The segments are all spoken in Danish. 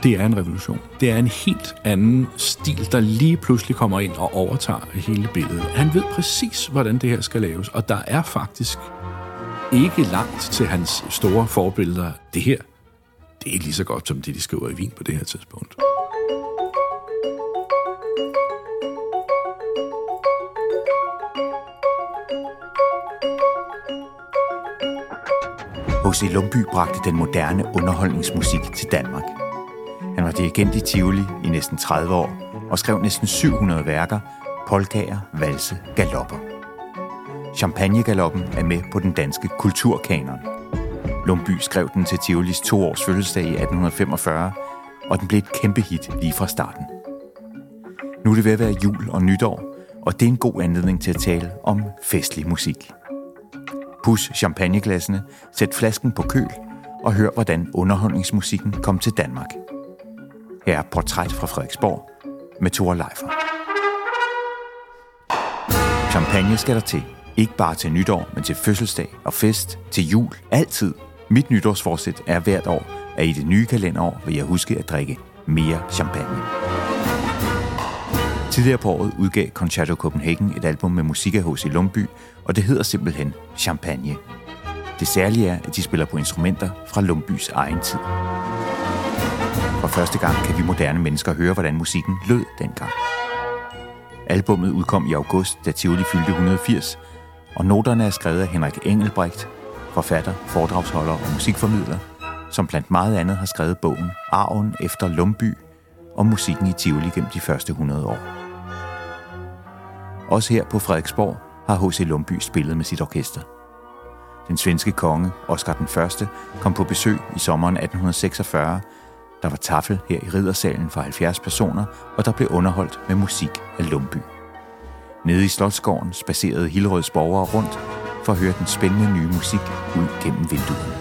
det er en revolution. Det er en helt anden stil, der lige pludselig kommer ind og overtager hele billedet. Han ved præcis, hvordan det her skal laves, og der er faktisk ikke langt til hans store forbilleder. Det her, det er lige så godt som det, de skriver i Wien på det her tidspunkt. H.C. Lumbye bragte den moderne underholdningsmusik til Danmark. Han var dirigent i Tivoli i næsten 30 år og skrev næsten 700 værker, polkaer, valse, galopper. Champagnegaloppen er med på den danske kulturkanon. Lumbye skrev den til Tivolis 2-års fødselsdag i 1845, og den blev et kæmpe hit lige fra starten. Nu er det ved at være jul og nytår, og det er en god anledning til at tale om festlig musik. Pus champagneglassene, sæt flasken på køl og hør, hvordan underholdningsmusikken kom til Danmark. Her er Portræt fra Frederiksborg med Tore Leifer. Champagne skal der til. Ikke bare til nytår, men til fødselsdag og fest, til jul, altid. Mit nytårsforsæt er hvert år, at i det nye kalenderår vil jeg huske at drikke mere champagne. Tidligere på året udgav Concerto Copenhagen et album med musik af H.C. Lumbye, og det hedder simpelthen Champagne. Det særlige er, at de spiller på instrumenter fra Lumbyes egen tid. For første gang kan vi moderne mennesker høre, hvordan musikken lød dengang. Albummet udkom i august, da Tivoli fyldte 180, og noterne er skrevet af Henrik Engelbrecht, forfatter, foredragsholder og musikformidler, som blandt meget andet har skrevet bogen Arven efter Lumbye om musikken i Tivoli gennem de første 100 år. Også her på Frederiksborg har H.C. Lumbye spillet med sit orkester. Den svenske konge, Oscar den Første, kom på besøg i sommeren 1846. Der var taffel her i Riddersalen for 70 personer, og der blev underholdt med musik af Lumbye. Nede i Slotsgården spacerede Hillerøds borgere rundt for at høre den spændende nye musik ud gennem vinduerne.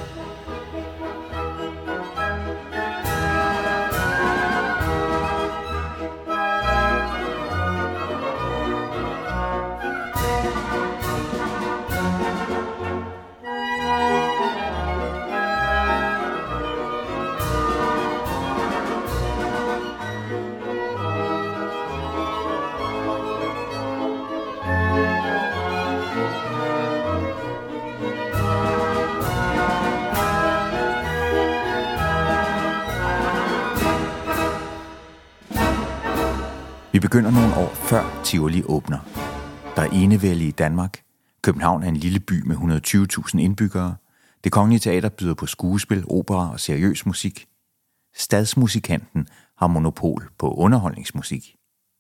Vi begynder nogle år før Tivoli åbner. Der er enevælde i Danmark. København er en lille by med 120.000 indbyggere. Det Kongelige Teater byder på skuespil, opera og seriøs musik. Stadsmusikanten har monopol på underholdningsmusik.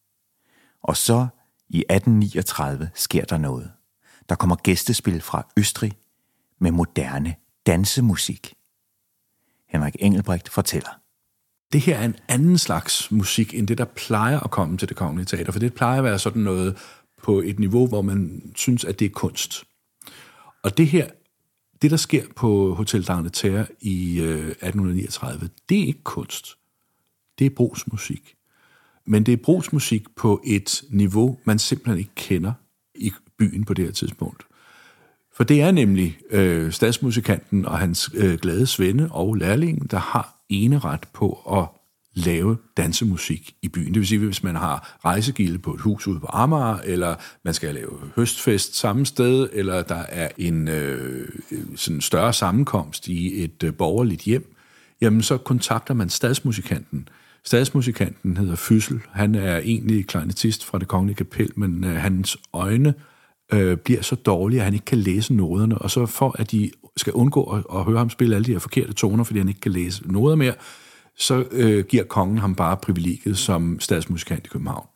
Og så i 1839 sker der noget. Der kommer gæstespil fra Østrig med moderne dansemusik. Henrik Engelbrecht fortæller. Det her er en anden slags musik, end det, der plejer at komme til Det Kongelige Teater, for det plejer at være sådan noget på et niveau, hvor man synes, at det er kunst. Og det her, det der sker på Hotel d'Angleterre i 1839, det er ikke kunst. Det er brugsmusik. Men det er brugsmusik på et niveau, man simpelthen ikke kender i byen på det her tidspunkt. For det er nemlig stadsmusikanten og hans glade svende og lærlingen, der har eneret på at lave dansemusik i byen. Det vil sige, hvis man har rejsegilde på et hus ude på Amager, eller man skal lave høstfest samme sted, eller der er en sådan større sammenkomst i et borgerligt hjem, jamen så kontakter man stadsmusikanten. Stadsmusikanten hedder Fyssel. Han er egentlig klarinettist fra Det Kongelige Kapel, men hans øjne bliver så dårlige, at han ikke kan læse noderne, og så for at de skal undgå at høre ham spille alle de her forkerte toner, fordi han ikke kan læse noder mere, så giver kongen ham bare privilegiet som stadsmusikant i København.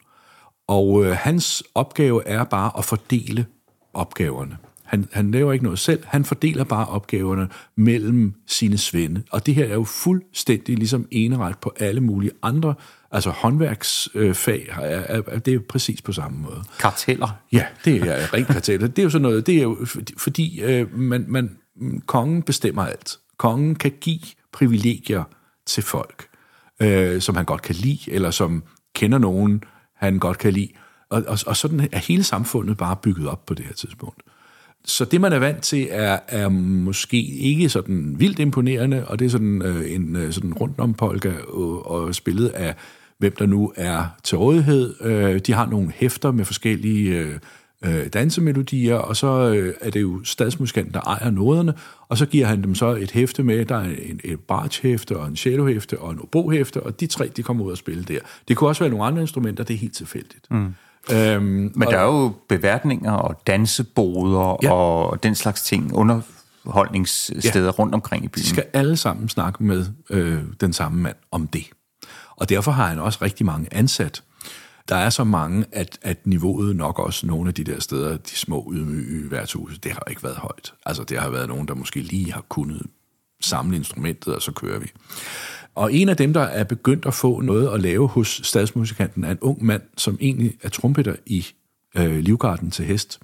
Og hans opgave er bare at fordele opgaverne. Han laver ikke noget selv, han fordeler bare opgaverne mellem sine svende. Og det her er jo fuldstændig ligesom eneret på alle mulige andre, altså håndværksfag, det er jo præcis på samme måde. Karteller? Ja, det er rent karteller. Det er jo sådan noget, det er jo fordi kongen bestemmer alt. Kongen kan give privilegier til folk, som han godt kan lide, eller som kender nogen, han godt kan lide. Og sådan er hele samfundet bare bygget op på det her tidspunkt. Så det, man er vant til, er måske ikke sådan vildt imponerende, og det er sådan en sådan rundt om polka og spillet af, hvem der nu er til rådighed. De har nogle hæfter med forskellige dansemelodier, og så er det jo stadsmusikanten, der ejer noderne, og så giver han dem så et hæfte med, der er et bratschhæfte og en cellohæfte og en obohæfte, og de 3, de kommer ud og spille der. Det kunne også være nogle andre instrumenter, det er helt tilfældigt. Men der er jo beværtninger og danseboder og den slags ting, underholdningssteder rundt omkring i byen. De skal alle sammen snakke med den samme mand om det. Og derfor har han også rigtig mange ansat. Der er så mange, at niveauet nok også nogle af de der steder, de små ydmyge værtshuse, det har ikke været højt. Altså det har været nogen, der måske lige har kunnet samle instrumentet, og så kører vi. Og en af dem, der er begyndt at få noget at lave hos stadsmusikanten, er en ung mand, som egentlig er trompeter i Livgarden til hest.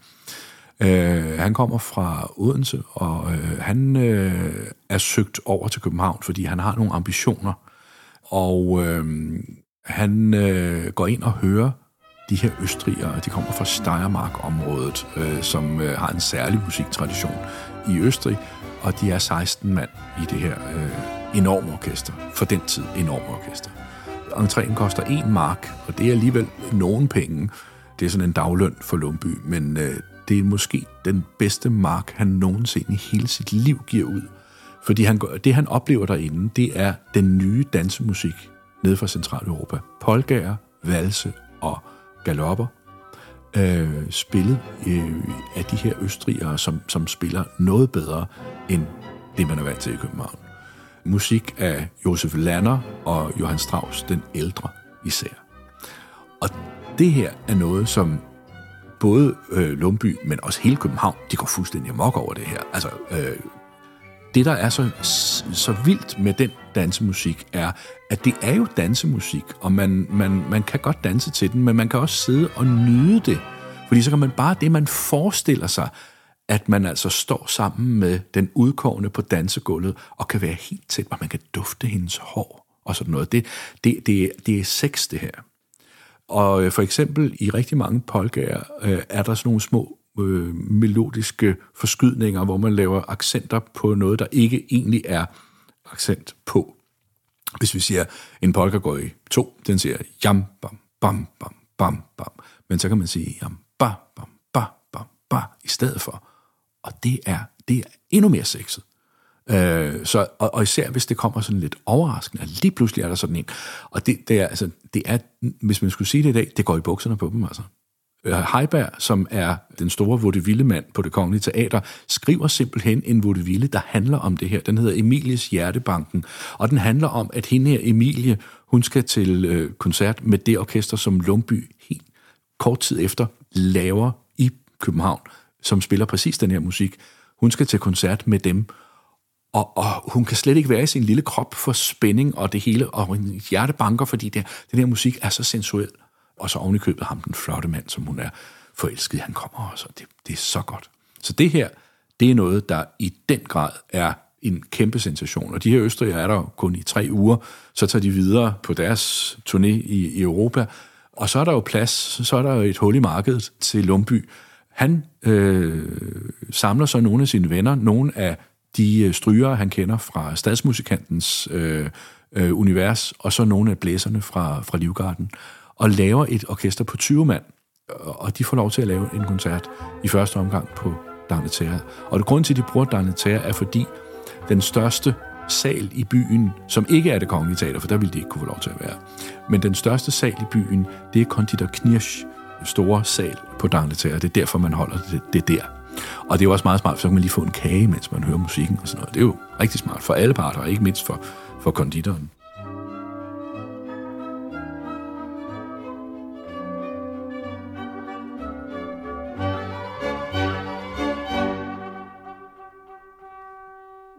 Han kommer fra Odense, og han er søgt over til København, fordi han har nogle ambitioner. Og han går ind og hører de her østrigere, de kommer fra Steiermark-området, som har en særlig musiktradition i Østrig, og de er 16 mand i det her enorme orkester. For den tid enorme orkester. Entréen koster 1 mark, og det er alligevel nogen penge. Det er sådan en dagløn for Lumbye, men det er måske den bedste mark, han nogensinde i hele sit liv giver ud. Fordi det, han oplever derinde, det er den nye dansemusik nede fra Centraleuropa. Polkaer, valse og galopper, spillet af de her østrigere, som spiller noget bedre end det, man er vant til i København. Musik af Josef Lanner og Johann Strauss, den ældre især. Og det her er noget, som både Lumbye, men også hele København, de går fuldstændig amok over det her. Altså, det, der er så vildt med den dansemusik, er, at det er jo dansemusik, og man kan godt danse til den, men man kan også sidde og nyde det. Fordi så kan man bare det, man forestiller sig, at man altså står sammen med den udkårne på dansegulvet, og kan være helt tæt, og man kan dufte hendes hår, og sådan noget. Det er sex, det her. Og for eksempel i rigtig mange polkaer er der sådan nogle små melodiske forskydninger, hvor man laver accenter på noget, der ikke egentlig er accent på. Hvis vi siger, en polka går i 2, den siger jam, bam, bam, bam, bam, bam. Men så kan man sige jam, ba, bam, ba, bam, ba, i stedet for. Og det er endnu mere sexet. Og især hvis det kommer sådan lidt overraskende, lige pludselig er der sådan en. Og det er, hvis man skulle sige det i dag, det går i bukserne på dem, altså. Heiberg, som er den store vaudeville-mand på Det Kongelige Teater, skriver simpelthen en vaudeville, der handler om det her. Den hedder Emilies Hjertebanken, og den handler om, at hende her, Emilie, hun skal til koncert med det orkester, som Lumbye helt kort tid efter laver i København, som spiller præcis den her musik. Hun skal til koncert med dem, og hun kan slet ikke være i sin lille krop for spænding og det hele, og en hjertebanker, fordi den her musik er så sensuel. Og så oven i købet ham, den flotte mand, som hun er forelsket, han kommer også, og det er så godt. Så det her, det er noget, der i den grad er en kæmpe sensation. Og de her østrigere er der kun i 3 uger, så tager de videre på deres turné i Europa, og så er der jo plads, så er der jo et hul i markedet til Lumbye. Han samler så nogle af sine venner, nogle af de strygere, han kender fra stadsmusikantens univers, og så nogle af blæserne fra Livgarden, og laver et orkester på 20 mand, og de får lov til at lave en koncert i første omgang på D'Angleterre. Og det grund til, at de bruger D'Angleterre, er fordi den største sal i byen, som ikke er Det Kongelige Teater, for der ville de ikke kunne få lov til at være, men den største sal i byen, det er Konditor Knirsch store sal på D'Angleterre. Det er derfor, man holder det der. Og det er jo også meget smart, for så kan man lige få en kage, mens man hører musikken og sådan noget. Det er jo rigtig smart for alle parter, og ikke mindst for konditoren.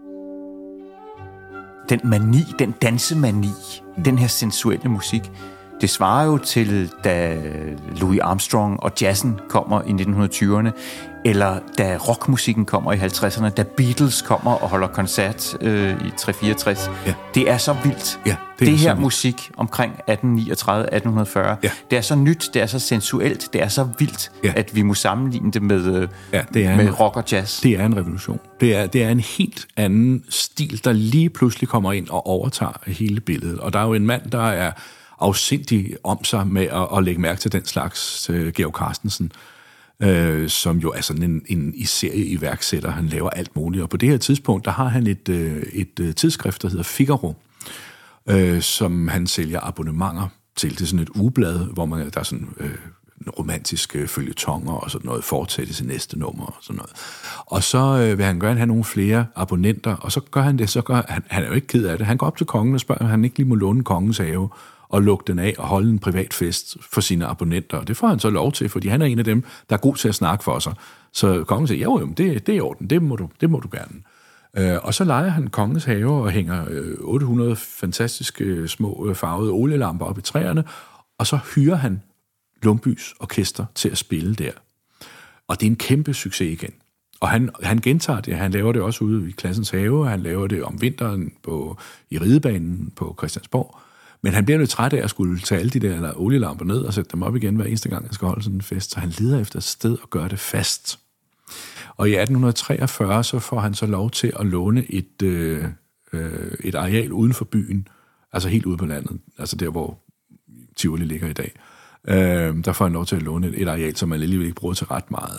Den mani, den dansemani, den her sensuelle musik, Det svarer jo til, da Louis Armstrong og jazzen kommer i 1920'erne, eller da rockmusikken kommer i 50'erne, da Beatles kommer og holder koncert i 364. Ja. Det er så vildt. Ja, det her musik omkring 1839-1840, ja. Det er så nyt, det er så sensuelt, det er så vildt, ja. At vi må sammenligne det med, med rock og jazz. Det er en revolution. Det er en helt anden stil, der lige pludselig kommer ind og overtager hele billedet. Og der er jo en mand, der er afsindig om sig med at lægge mærke til den slags, Georg Carstensen, som jo er sådan en serie-iværksætter. Han laver alt muligt. Og på det her tidspunkt, der har han et tidsskrift, der hedder Figaro, som han sælger abonnementer til. Det er sådan et ugeblad, hvor der er sådan romantiske følgetonger og sådan noget, fortsættes i næste nummer og sådan noget. Og så vil han gerne have nogle flere abonnenter, og så gør han det, han er jo ikke ked af det. Han går op til kongen og spørger, om han ikke lige må låne kongens have og lukke den af og holde en privat fest for sine abonnenter. Og det får han så lov til, fordi han er en af dem, der er god til at snakke for sig. Så kongen siger, jo, det er i orden, det må du gerne. Og så lejer han kongens have og hænger 800 fantastiske små farvede olielamper op i træerne, og så hyrer han Lumbys orkester til at spille der. Og det er en kæmpe succes igen. Og han gentager det. Han laver det også ude i Klassens Have, han laver det om vinteren i ridebanen på Christiansborg. Men han bliver jo træt af at skulle tage alle de der olielamper ned og sætte dem op igen hver eneste gang, han skal holde sådan en fest. Så han leder efter et sted at gøre det fast. Og i 1843 så får han så lov til at låne et areal uden for byen, altså helt ude på landet, altså der, hvor Tivoli ligger i dag. Der får han lov til at låne et areal, som man alligevel ikke bruger til ret meget.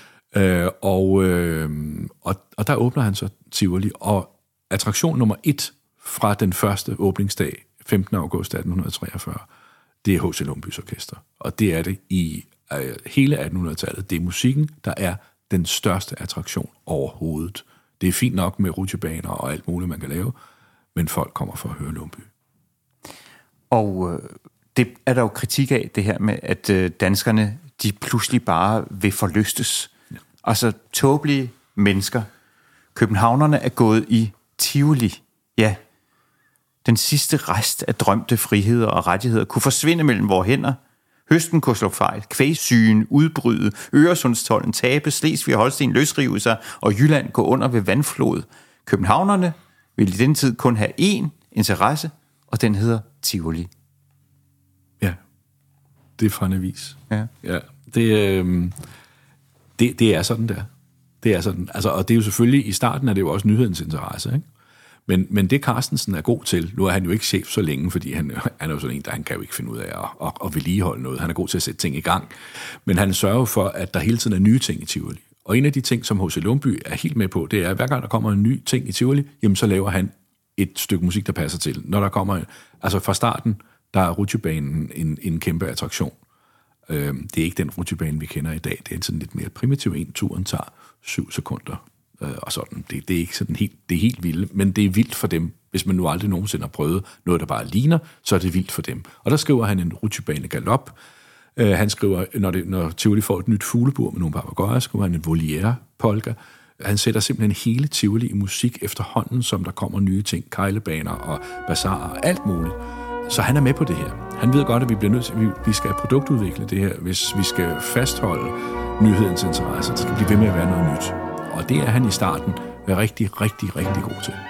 Og der åbner han så Tivoli, og attraktion nummer 1 fra den første åbningsdag, 15. august 1843, det er H.C. Lumbys orkester. Og det er det i hele 1800-tallet. Det er musikken, der er den største attraktion overhovedet. Det er fint nok med rutsjebaner og alt muligt, man kan lave, men folk kommer for at høre Lumby. Og det er der jo kritik af, det her med, at danskerne, de pludselig bare vil forlystes. Ja. Altså tåbelige mennesker. Københavnerne er gået i Tivoli. Ja, den sidste rest af drømte friheder og rettigheder kunne forsvinde mellem vore hænder. Høsten kunne slå fejl, kvægsygen udbryde, Øresundstolden tabe, Slesvig og Holsten løsrive sig, og Jylland gå under ved vandflod. Københavnerne ville i den tid kun have én interesse, og den hedder Tivoli. Ja, det er fra en avis. Ja. Det er sådan der. Det er sådan. Altså, og det er jo selvfølgelig, i starten er det jo også nyhedens interesse, ikke? Men det Carstensen er god til, nu er han jo ikke chef så længe, fordi han er jo sådan en, der han kan jo ikke finde ud af at vedligeholde noget. Han er god til at sætte ting i gang. Men han sørger for, at der hele tiden er nye ting i Tivoli. Og en af de ting, som H.C. Lumby er helt med på, det er, at hver gang der kommer en ny ting i Tivoli, jamen så laver han et stykke musik, der passer til. Når der kommer, altså fra starten, der er rutsjebanen en kæmpe attraktion. Det er ikke den rutsjebane, vi kender i dag. Det er sådan lidt mere primitiv en. Turen tager 7 sekunder. Og sådan. Det er ikke sådan helt vildt, men det er vildt for dem. Hvis man nu aldrig nogensinde har prøvet noget, der bare ligner, så er det vildt for dem. Og der skriver han en rutsjebane galop. Han skriver, når Tivoli får et nyt fuglebur med nogle papagøjer, skriver han en voliere-polka. Han sætter simpelthen hele Tivoli i musik efterhånden, som der kommer nye ting, kejlebaner og bazarer og alt muligt. Så han er med på det her. Han ved godt, at vi bliver nødt til, vi skal produktudvikle det her, hvis vi skal fastholde nyhedens interesse. Det skal blive ved med at være noget nyt. Og det er han i starten rigtig, rigtig, rigtig god til.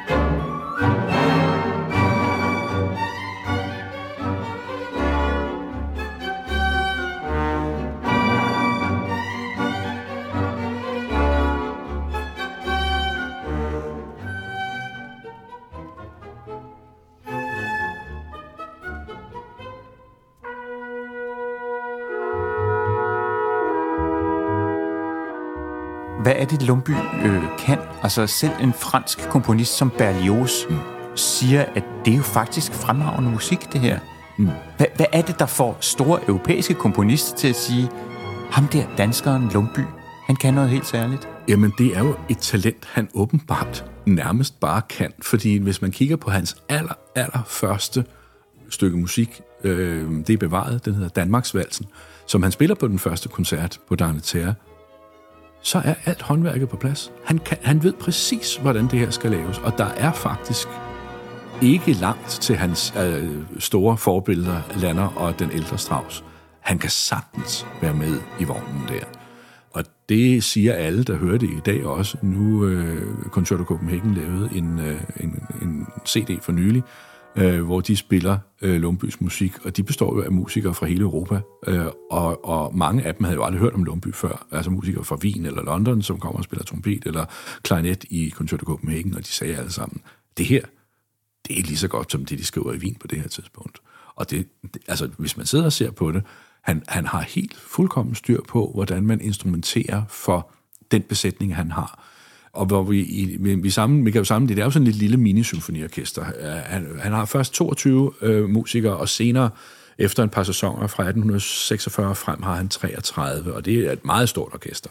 Hvad er det, Lumby kan? Altså selv en fransk komponist som Berlioz siger, at det er jo faktisk fremragende musik, det her. Hvad er det, der får store europæiske komponister til at sige, ham der danskeren Lumby, han kan noget helt særligt? Jamen, det er jo et talent, han åbenbart nærmest bare kan. Fordi hvis man kigger på hans aller første stykke musik, det er bevaret, den hedder Danmarksvalsen, som han spiller på den første koncert på Darneterre, så er alt håndværket på plads. Han ved præcis, hvordan det her skal laves, og der er faktisk ikke langt til hans store forbilleder, Lanner og den ældre Strauss. Han kan sagtens være med i vognen der. Og det siger alle, der hører det i dag også. Nu Concerto Copenhagen lavede en CD for nylig, hvor de spiller Lumbyes musik, og de består jo af musikere fra hele Europa, og mange af dem havde jo aldrig hørt om Lumby før, altså musikere fra Wien eller London, som kommer og spiller trompet eller klarinet i Concerto Copenhagen, og de sagde alle sammen, det her, det er lige så godt som det, de skriver i Wien på det her tidspunkt. Og det, altså, hvis man sidder og ser på det, han har helt fuldkommen styr på, hvordan man instrumenterer for den besætning, han har. Og hvor vi kan jo sammen, det er jo sådan et lille mini-symfoniorkester. Han har først 22 musikere, og senere, efter en par sæsoner fra 1846 frem, har han 33, og det er et meget stort orkester.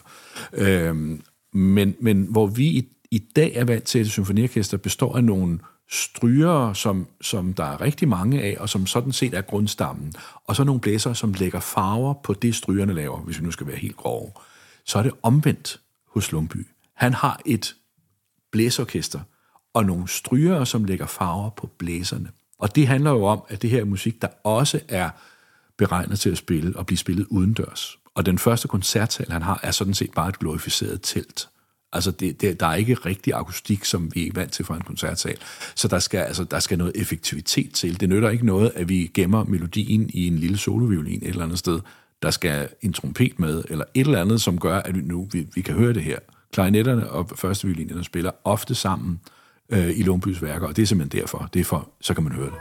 Men hvor vi i dag er vant til, at et symfoniorkester består af nogle strygere, som der er rigtig mange af, og som sådan set er grundstammen, og så nogle blæsere, som lægger farver på det, strygerne laver, hvis vi nu skal være helt grove. Så er det omvendt hos Lumbye. Han har et blæsorkester, og nogle strygere, som lægger farver på blæserne. Og det handler jo om, at det her er musik, der også er beregnet til at spille og blive spillet udendørs. Og den første koncertsal, han har, er sådan set bare et glorificeret telt. Altså, der er ikke rigtig akustik, som vi er vant til fra en koncertsal. Så der skal noget effektivitet til. Det nytter ikke noget, at vi gemmer melodien i en lille soloviolin et eller andet sted. Der skal en trompet med, eller et eller andet, som gør, at vi kan høre det her. Klarinetterne og førsteviolinerne spiller ofte sammen i Lumbyes værker, og det er simpelthen derfor. Det er for, så kan man høre det.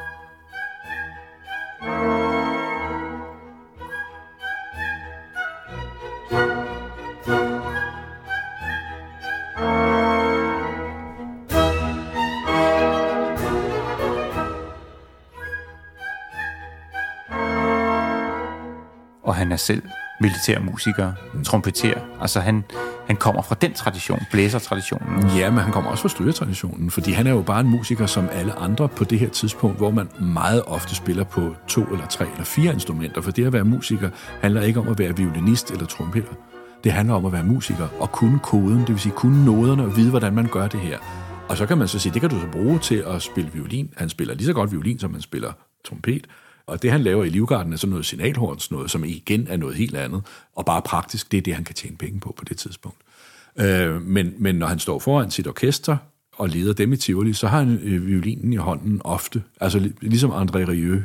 Og han er selv militærmusiker, trompeter. Altså han kommer fra den tradition, blæsertraditionen. Ja, men han kommer også fra strygertraditionen, fordi han er jo bare en musiker som alle andre på det her tidspunkt, hvor man meget ofte spiller på 2 eller 3 eller 4 instrumenter, for det at være musiker handler ikke om at være violinist eller trompeter. Det handler om at være musiker og kunne koden, det vil sige kunne noderne og vide, hvordan man gør det her. Og så kan man så sige, det kan du så bruge til at spille violin. Han spiller lige så godt violin, som han spiller trompet. Og det, han laver i Livgarden, er sådan noget signalhorns, noget, som igen er noget helt andet. Og bare praktisk, det er det, han kan tjene penge på det tidspunkt. Men når han står foran sit orkester og leder dem i Tivoli, så har han violinen i hånden ofte. Altså ligesom André Rieu,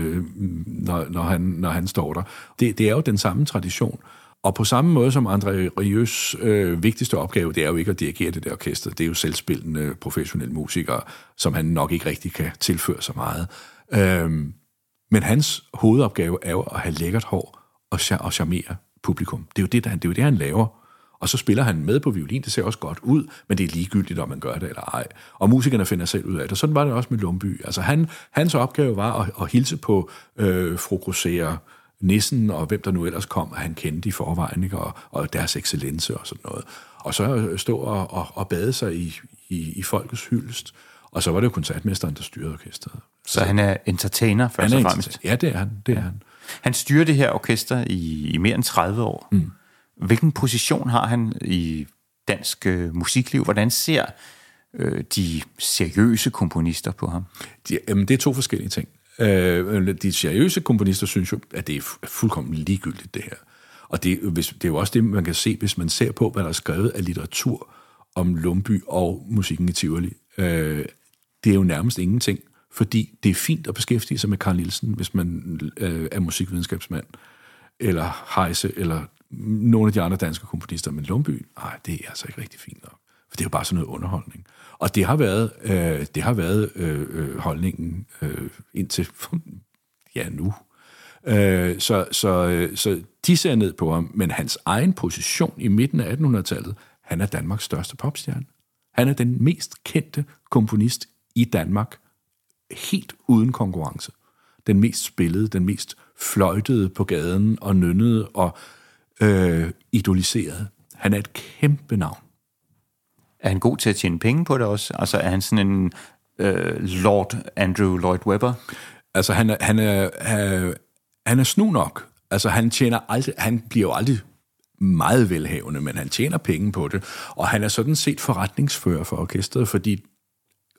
når han står der. Det er jo den samme tradition. Og på samme måde som André Rieus vigtigste opgave, det er jo ikke at dirigere det der orkester. Det er jo selvspillende professionelle musikere, som han nok ikke rigtig kan tilføre så meget. Men hans hovedopgave er jo at have lækkert hår og charmere publikum. Det er jo det, han laver. Og så spiller han med på violin, det ser også godt ud, men det er ligegyldigt, om man gør det eller ej. Og musikerne finder selv ud af det. Og sådan var det også med Lumbye. Altså hans opgave var at hilse på fru Grosserer Nissen, og hvem der nu ellers kom, at han kendte i forvejen, ikke? Og deres excellence og sådan noget. Og så stå og bade sig i folkets hyldest. Og så var det jo koncertmesteren, der styrede orkestret. Så han er entertainer først og fremmest? Ja, det er han. Han styrer det her orkester i mere end 30 år. Mm. Hvilken position har han i dansk musikliv? Hvordan ser de seriøse komponister på ham? Det er 2 forskellige ting. De seriøse komponister synes jo, at det er fuldkommen ligegyldigt, det her. Og det er jo også det, man kan se, hvis man ser på, hvad der er skrevet af litteratur om Lumbye og musikken i Tivoli. Det er jo nærmest ingenting, fordi det er fint at beskæftige sig med Carl Nielsen, hvis man er musikvidenskabsmand, eller Heise, eller nogle af de andre danske komponister. Men Lumbye, det er altså ikke rigtig fint nok. For det er jo bare sådan noget underholdning. Og det har været holdningen indtil nu. Så de ser ned på ham, men hans egen position i midten af 1800-tallet, han er Danmarks største popstjerne. Han er den mest kendte komponist i Danmark, helt uden konkurrence. Den mest spillede, den mest fløjtede på gaden og nynnede og idoliserede. Han er et kæmpe navn. Er han god til at tjene penge på det også? Altså er han sådan en Lord Andrew Lloyd Webber? Altså han er snu nok. Altså han bliver jo aldrig meget velhavende, men han tjener penge på det. Og han er sådan set forretningsfører for orkestret, fordi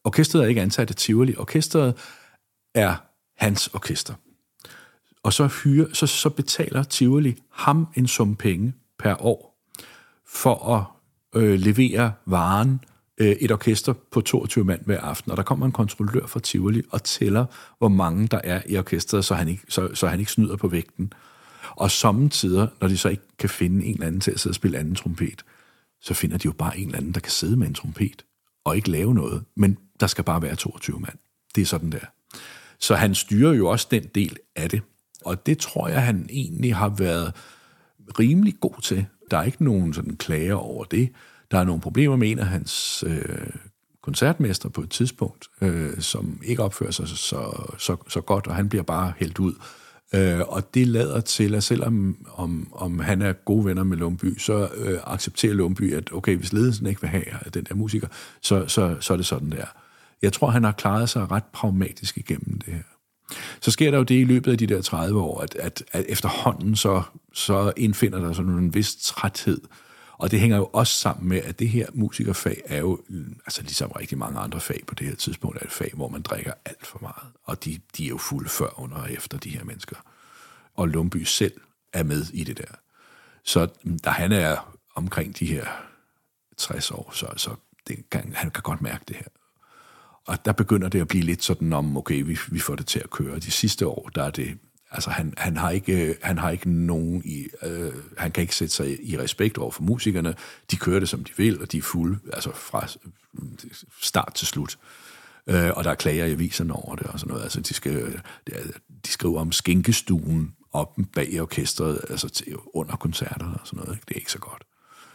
orkestret er ikke ansat af Tivoli. Orkestret er hans orkester. Og så betaler Tivoli ham en sum penge per år for at levere varen, et orkester på 22 mand hver aften, og der kommer en kontrollør fra Tivoli og tæller, hvor mange der er i orkestret, så han ikke snyder på vægten. Og sommetider, når de så ikke kan finde en eller anden til at sidde og spille anden trompet, så finder de jo bare en eller anden, der kan sidde med en trompet og ikke lave noget, men der skal bare være 22 mand. Det er sådan der. Så han styrer jo også den del af det, og det tror jeg, han egentlig har været rimelig god til. Der er ikke nogen sådan klager over det. Der er nogle problemer med en af hans koncertmester på et tidspunkt, som ikke opfører sig så godt, og han bliver bare hældt ud. Og det lader til, at selvom han er gode venner med Lumbye, så accepterer Lumbye, at okay, hvis ledelsen ikke vil have den der musiker, så er det sådan der. Jeg tror, han har klaret sig ret pragmatisk igennem det her. Så sker der jo det i løbet af de der 30 år, at efterhånden så indfinder der sådan en vis træthed. Og det hænger jo også sammen med, at det her musikerfag er jo, altså ligesom rigtig mange andre fag på det her tidspunkt, er et fag, hvor man drikker alt for meget. Og de er jo fulde før, under og efter de her mennesker. Og Lumbye selv er med i det der. Så da han er omkring de her 60 år, så han kan godt mærke det her. Og der begynder det at blive lidt sådan om, okay, vi får det til at køre. De sidste år, der er det, altså han har ikke nogen han kan ikke sætte sig i respekt over for musikerne. De kører det, som de vil, og de er fulde, altså fra start til slut. Og der er klager i aviserne over det og sådan noget. Altså de skriver om skinkestuen op bag orkestret, altså under koncerter og sådan noget. Det er ikke så godt.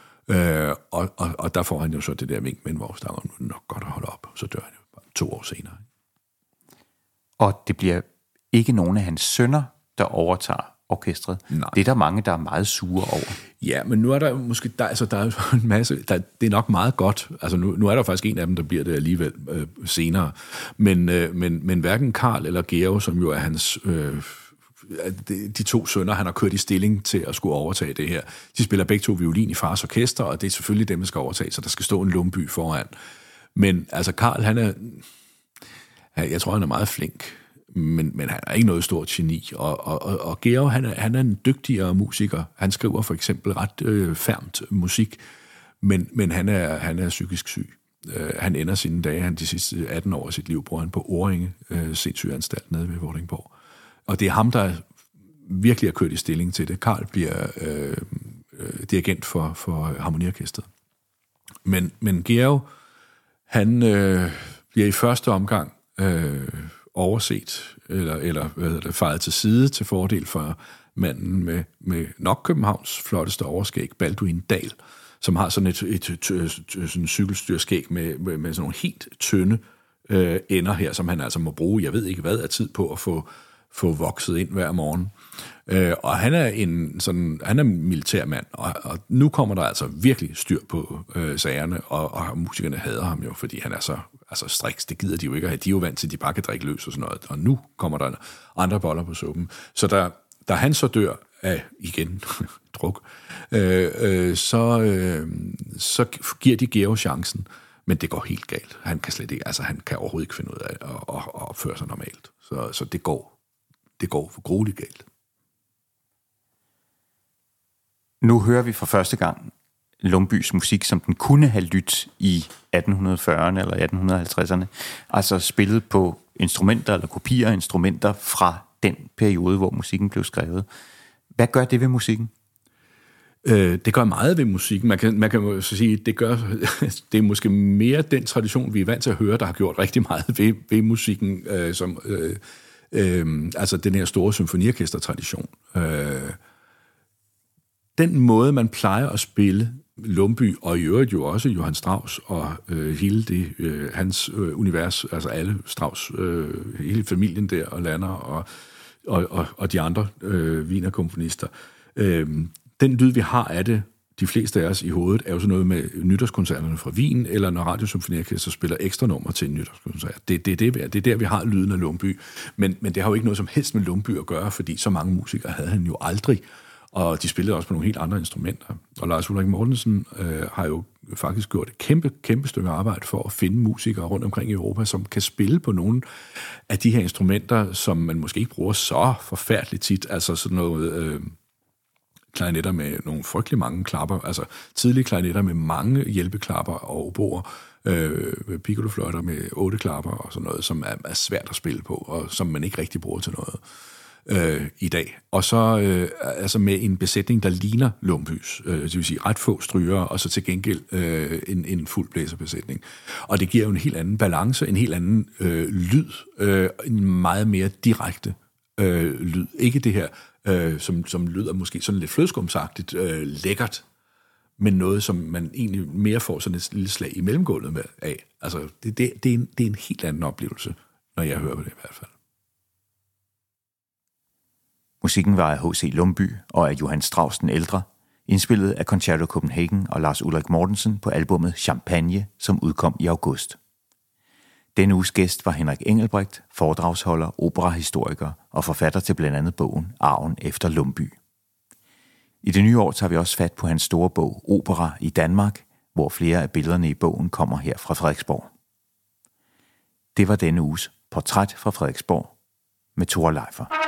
Og der får han jo så det der vink med en vognstang, nu er det nok godt at holde op. Så dør han jo 2 år senere. Og det bliver ikke nogen af hans sønner, der overtager orkestret. Nej. Det er der mange, der er meget sure over. Ja, men nu er der måske, der er en masse, det er nok meget godt. Altså nu er der faktisk en af dem, der bliver det alligevel senere. Men hverken Karl eller Georg, som jo er hans de 2 sønner, han har kørt i stilling til at skulle overtage det her. De spiller begge 2 violin i fars orkester, og det er selvfølgelig dem, der skal overtage, så der skal stå en Lumbye foran. Men altså Karl, jeg tror, han er meget flink, men han er ikke noget stort geni. Og Georg, han er en dygtigere musiker. Han skriver for eksempel ret færmt musik, men han er psykisk syg. Han ender sine dage, de sidste 18 år af sit liv, bruger han på Årringe, sindssygeanstalt nede ved Vordingborg. Og det er ham, der virkelig har kørt i stilling til det. Karl bliver dirigent for harmoniorkestret. Men Georg, han bliver i første omgang overset, eller fejet til side til fordel for manden med nok Københavns flotteste overskæg, Balduin Dahl, som har sådan et cykelstyrskæg med sådan nogle helt tynde ender her, som han altså må bruge, jeg ved ikke hvad, af tid på at få vokset ind hver morgen. Og han er han er militærmand, og nu kommer der altså virkelig styr på sagerne, og musikerne hader ham jo, fordi han er så striks, det gider de jo ikke at have. De er jo vant til, at de bare kan drikke løs og sådan noget, og nu kommer der andre boller på suppen. Så da han så dør af, igen, druk, så giver de Georg chancen, men det går helt galt. Han kan slet ikke, altså han kan overhovedet ikke finde ud af at opføre sig normalt. Så det går for grueligt galt. Nu hører vi for første gang Lumbyes musik, som den kunne have lyttet i 1840'erne eller 1850'erne. Altså spillet på instrumenter eller kopier af instrumenter fra den periode, hvor musikken blev skrevet. Hvad gør det ved musikken? Det gør meget ved musikken. Man kan jo sige, det er måske mere den tradition, vi er vant til at høre, der har gjort rigtig meget ved musikken, altså den her store symfoniorkestertradition. Den måde, man plejer at spille Lumbye, og i øvrigt jo også Johann Strauss og hele det, hans univers, altså alle Strauss, hele familien der, og Lander og de andre wienerkomponister. Den lyd, vi har af det, de fleste af os i hovedet, er jo sådan noget med nytårskoncerterne fra Wien, eller når Radiosymfoniorkester spiller ekstra nummer til en nytårskoncert. Det er der, vi har lyden af Lumbye. Men det har jo ikke noget som helst med Lumbye at gøre, fordi så mange musikere havde han jo aldrig. Og de spillede også på nogle helt andre instrumenter. Og Lars Ulrik Mortensen har jo faktisk gjort et kæmpe stykke arbejde for at finde musikere rundt omkring i Europa, som kan spille på nogle af de her instrumenter, som man måske ikke bruger så forfærdeligt tit. Altså sådan noget klarinetter med nogle frygtelig mange klapper, altså tidlige klarinetter med mange hjælpeklapper og oboer, piccolofløjter med 8 klapper og sådan noget, som er svært at spille på, og som man ikke rigtig bruger til noget i dag. Og så altså med en besætning, der ligner Lumbys, det vil sige ret få strygere, og så til gengæld en fuld blæserbesætning. Og det giver jo en helt anden balance, en helt anden lyd, en meget mere direkte lyd. Ikke det her, som lyder måske sådan lidt flødeskumsagtigt lækkert, men noget, som man egentlig mere får sådan et lille slag i mellemgulvet med af. Altså, det er en helt anden oplevelse, når jeg hører på det i hvert fald. Musikken var af H.C. Lumbye og af Johann Strauss den ældre, indspillet af Concerto Copenhagen og Lars Ulrik Mortensen på albummet Champagne, som udkom i august. Denne uges gæst var Henrik Engelbrecht, foredragsholder, operahistoriker og forfatter til blandt andet bogen Arven efter Lumbye. I det nye år tager vi også fat på hans store bog Opera i Danmark, hvor flere af billederne i bogen kommer her fra Frederiksborg. Det var denne uges Portræt fra Frederiksborg med Tore Leifer.